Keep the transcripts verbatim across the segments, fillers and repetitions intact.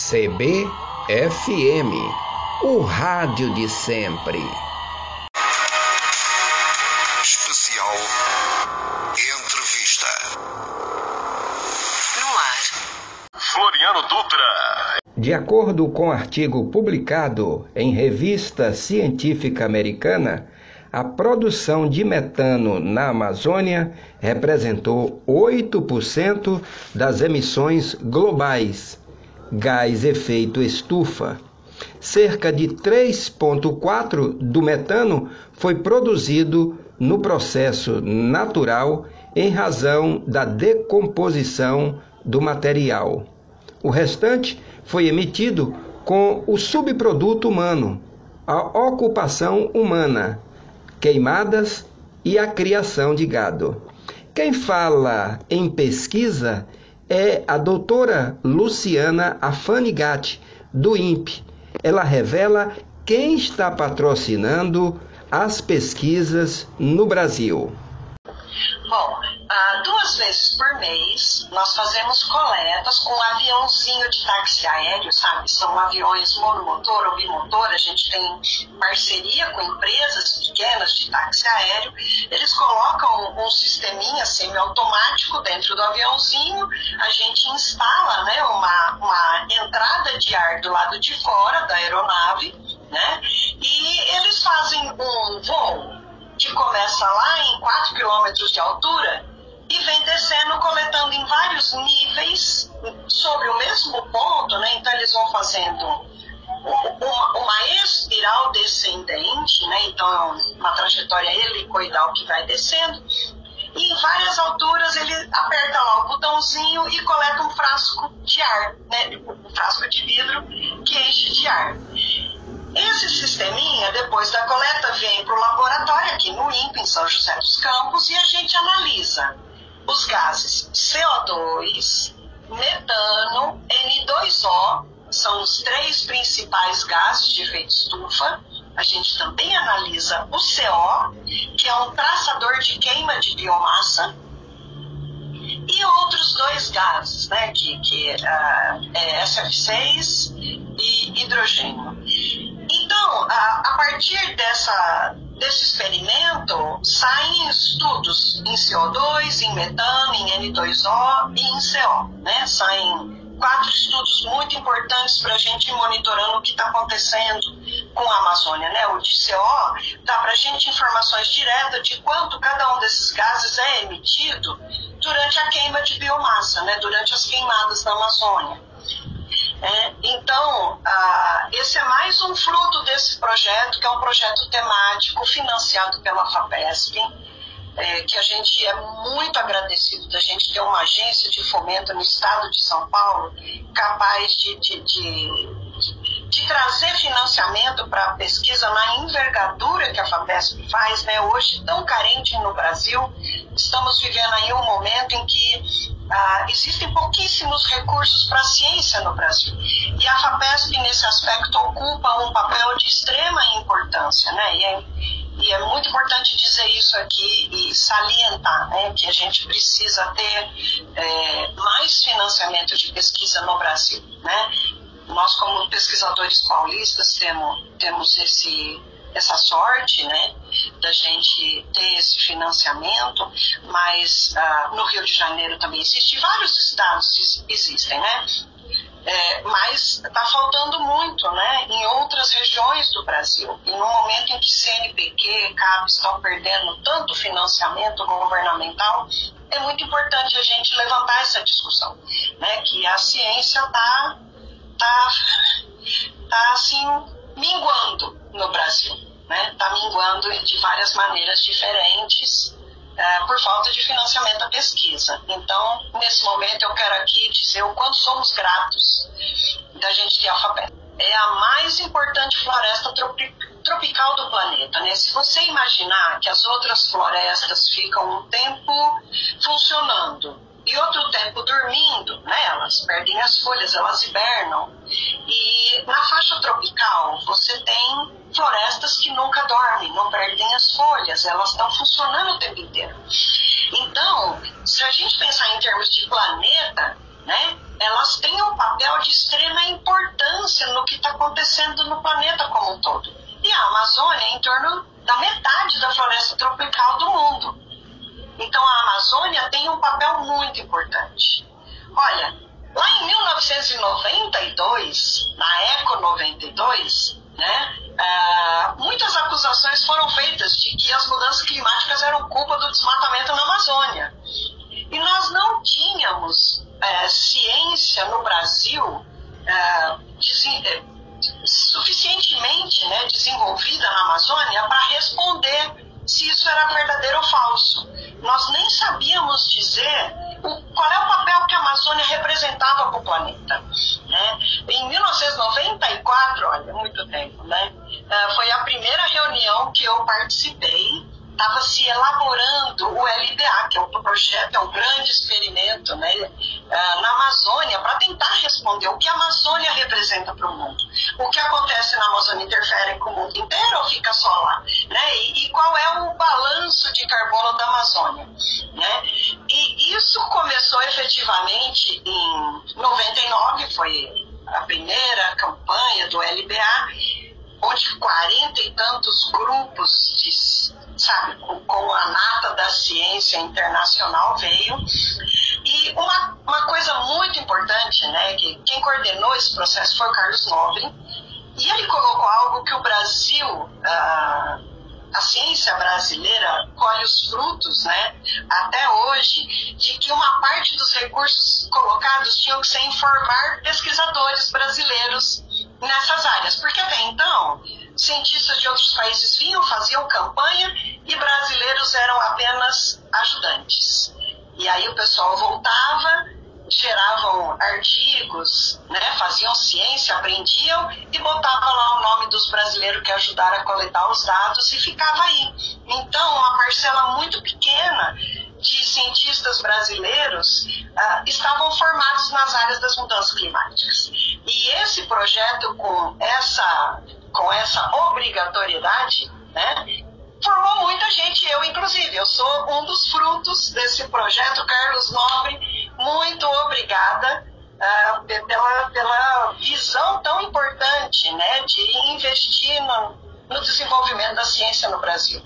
C B F M, o rádio de sempre. Especial Entrevista. No ar. Floriano Dutra. De acordo com artigo publicado em revista científica americana, a produção de metano na Amazônia representou oito por cento das emissões globais, gás efeito estufa. Cerca de três vírgula quatro por cento do metano foi produzido no processo natural em razão da decomposição do material. O restante foi emitido com o subproduto humano, a ocupação humana, queimadas e a criação de gado. Quem fala em pesquisa é a doutora Luciana Afanigatti, do I N P. Ela revela quem está patrocinando as pesquisas no Brasil. Bom, duas vezes por mês nós fazemos coletas com um aviãozinho de táxi aéreo, sabe? São aviões monomotor ou bimotor, a gente tem parceria com empresas pequenas de táxi aéreo. Eles colocam um sisteminha semiautomático dentro do aviãozinho, a gente instala, né, uma, uma entrada de ar do lado de fora da aeronave, né? E eles fazem um voo que começa lá em quatro quilômetros de altura e vem descendo, coletando em vários níveis sobre o mesmo ponto, né? Então eles vão fazendo uma, uma espiral descendente, né? Então é uma trajetória helicoidal que vai descendo, e em várias alturas ele aperta lá o botãozinho e coleta um frasco de ar, né? Um frasco de vidro que enche de ar. Esse sisteminha, depois da coleta, vem para o laboratório aqui no I N P, em São José dos Campos, e a gente analisa os gases C O dois, metano, N dois O, são os três principais gases de efeito estufa. A gente também analisa o C O, que é um traçador de queima de biomassa, e outros dois gases, né, que, que uh, é S F seis e hidrogênio. Então, a, a partir dessa, desse experimento, saem estudos em C O dois, em metano, em N dois O e em C O, né? Saem quatro estudos muito importantes para a gente ir monitorando o que está acontecendo com a Amazônia, né? O de C O dá para a gente informações diretas de quanto cada um desses gases é emitido durante a queima de biomassa, né? Durante as queimadas da Amazônia. É, então, ah, esse é mais um fruto desse projeto, que é um projeto temático financiado pela FAPESP, é, que a gente é muito agradecido da gente ter uma agência de fomento no estado de São Paulo capaz de, de, de, de trazer financiamento para a pesquisa na envergadura que a FAPESP faz, né? Hoje, tão carente no Brasil, estamos vivendo aí um momento em que Ah, existem pouquíssimos recursos para a ciência no Brasil. E a FAPESP, nesse aspecto, ocupa um papel de extrema importância, né? E é, e é muito importante dizer isso aqui e salientar, né, que a gente precisa ter é, mais financiamento de pesquisa no Brasil, né? Nós, como pesquisadores paulistas, temos, temos esse... essa sorte, né, da gente ter esse financiamento, mas ah, no Rio de Janeiro também existe, vários estados existem, né, é, mas está faltando muito, né, em outras regiões do Brasil, e no momento em que C N P Q, CAPES estão perdendo tanto financiamento governamental, é muito importante a gente levantar essa discussão, né, que a ciência está tá, tá, assim, minguando no Brasil, né? Está minguando de várias maneiras diferentes é, por falta de financiamento à pesquisa. Então, nesse momento, eu quero aqui dizer o quanto somos gratos da gente ter a FAPESP. É a mais importante floresta tropi- tropical do planeta, né? Se você imaginar que as outras florestas ficam um tempo funcionando e outro tempo dormindo, né? Elas perdem as folhas, elas hibernam. E na faixa tropical você tem florestas que nunca dormem, não perdem as folhas, elas estão funcionando o tempo inteiro. Então, se a gente pensar em termos de planeta, né? Elas têm um papel de extrema importância influência no que está acontecendo no planeta como um todo. E a Amazônia é em torno da metade da floresta tropical do mundo. Então a Amazônia tem um papel muito importante. Olha, lá em mil novecentos e noventa e dois, na Eco noventa e dois, né, uh, muitas acusações foram feitas de que as mudanças climáticas eram culpa do desmatamento na Amazônia. E nós não tínhamos uh, ciência no Brasil uh, suficientemente, né, desenvolvida na Amazônia para responder se isso era verdadeiro ou falso. Nós nem sabíamos dizer o, qual é o papel que a Amazônia representava para o planeta. Né? Em mil novecentos e noventa e quatro, olha, muito tempo, né? Uh, foi a primeira reunião que eu participei. Estava se elaborando o L B A, que é um projeto, é um grande experimento, né, uh, na Amazônia, para tentar responder o que a Amazônia representa para o mundo. O que acontece na Amazônia interfere com o mundo inteiro ou fica só lá? Né? E, e qual é o balanço de carbono da Amazônia? Né? E isso começou efetivamente em noventa e nove, foi a primeira campanha do L B A, onde quarenta e tantos grupos de sabe, com, com a nata da ciência internacional veio. E uma, uma coisa muito importante, né, que quem coordenou esse processo foi o Carlos Nobre, e ele colocou algo que o Brasil, ah, a ciência brasileira colhe os frutos, né, até hoje, de que uma parte dos recursos colocados tinham que ser informar pesquisadores brasileiros nessas áreas, porque até então cientistas de outros países vinham, faziam campanha e brasileiros eram apenas ajudantes. E aí o pessoal voltava, geravam artigos, né, faziam ciência, aprendiam e botava lá o nome dos brasileiros que ajudaram a coletar os dados e ficava aí. Então, uma parcela muito pequena de cientistas brasileiros uh, estavam formados nas áreas das mudanças climáticas. E esse projeto, com essa, com essa obrigatoriedade, né, formou muita gente, eu inclusive. Eu sou um dos frutos desse projeto. Carlos Nobre, muito obrigada uh, pela, pela visão tão importante, né, de investir no, no desenvolvimento da ciência no Brasil.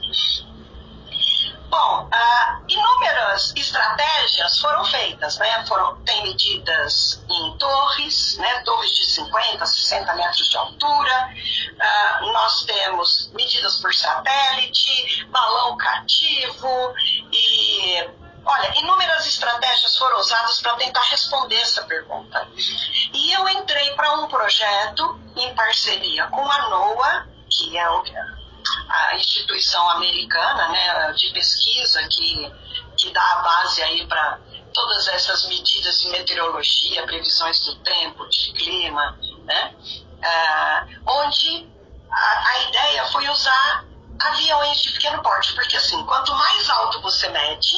Bom, uh, inúmeras estratégias foram feitas, né? Foram, tem medidas em torres, né? Torres de cinquenta, sessenta metros de altura, uh, nós temos medidas por satélite, balão cativo e, olha, inúmeras estratégias foram usadas para tentar responder essa pergunta. E eu entrei para um projeto em parceria com a NOAA, que é o a instituição americana, né, de pesquisa que, que dá a base aí para todas essas medidas de meteorologia, previsões do tempo, de clima, né, ah, onde a, a ideia foi usar aviões de pequeno porte, porque assim, quanto mais alto você mede,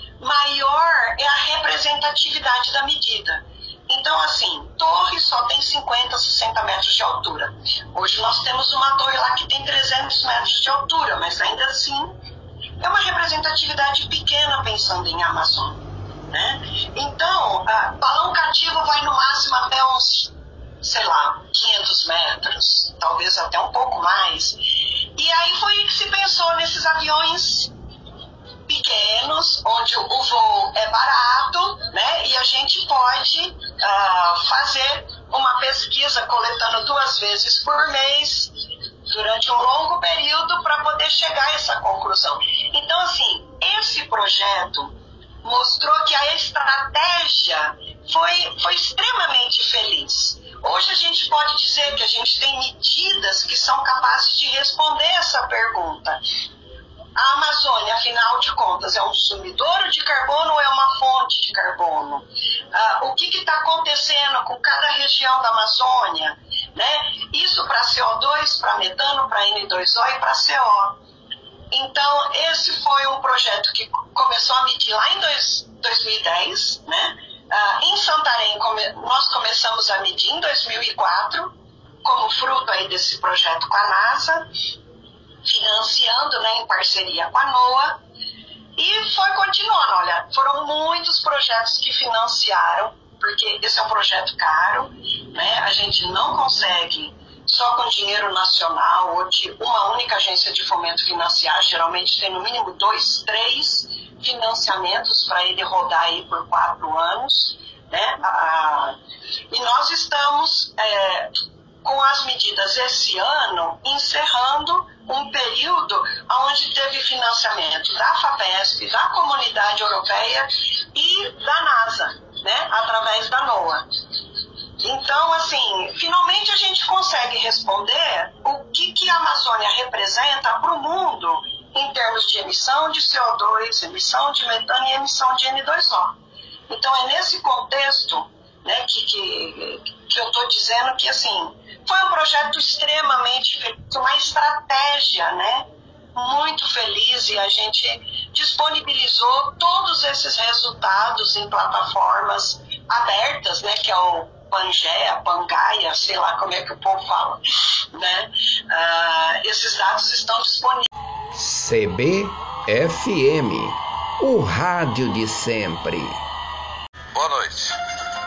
maior é a representatividade da medida. Então, assim, torre só tem cinquenta, sessenta metros de altura. Hoje nós temos uma torre lá que tem trezentos metros de altura, mas ainda assim é uma representatividade pequena pensando em Amazônia, né? Então, a balão cativo vai no máximo até uns, sei lá, quinhentos metros, talvez até um pouco mais. E aí foi que se pensou nesses aviões pequenos, onde o voo é barato, né, e a gente pode uh, fazer uma pesquisa coletando duas vezes por mês durante um longo período para poder chegar a essa conclusão. Então, assim, esse projeto mostrou que a estratégia foi, foi extremamente feliz. Hoje a gente pode dizer que a gente tem medidas que são capazes de responder essa pergunta. A Amazônia, afinal de contas, é um sumidouro de carbono ou é uma fonte de carbono? Ah, o que está acontecendo com cada região da Amazônia? Né? Isso para C O dois, para metano, para N dois O e para C O. Então, esse foi um projeto que começou a medir lá em dois mil e dez. Né? Ah, em Santarém, come, nós começamos a medir em dois mil e quatro, como fruto aí desse projeto com a NASA, financiando, né, em parceria com a NOAA, e foi continuando. Olha, foram muitos projetos que financiaram, porque esse é um projeto caro, né? A gente não consegue só com dinheiro nacional ou de uma única agência de fomento financiar, geralmente tem no mínimo dois, três financiamentos para ele rodar aí por quatro anos, né? Ah, e nós estamos é, com as medidas esse ano encerrando um período onde teve financiamento da FAPESP, da Comunidade Europeia e da NASA, né? Através da NOAA. Então, assim, finalmente a gente consegue responder o que, que a Amazônia representa para o mundo em termos de emissão de C O dois, emissão de metano e emissão de N dois O. Então, é nesse contexto, né, que, que, que eu estou dizendo que, assim, foi um projeto extremamente feliz, uma estratégia, né, muito feliz, e a gente disponibilizou todos esses resultados em plataformas abertas, né, que é o Pangea, Pangaia, sei lá como é que o povo fala, né? Uh, esses dados estão disponíveis. C B F M, o rádio de sempre. Boa noite.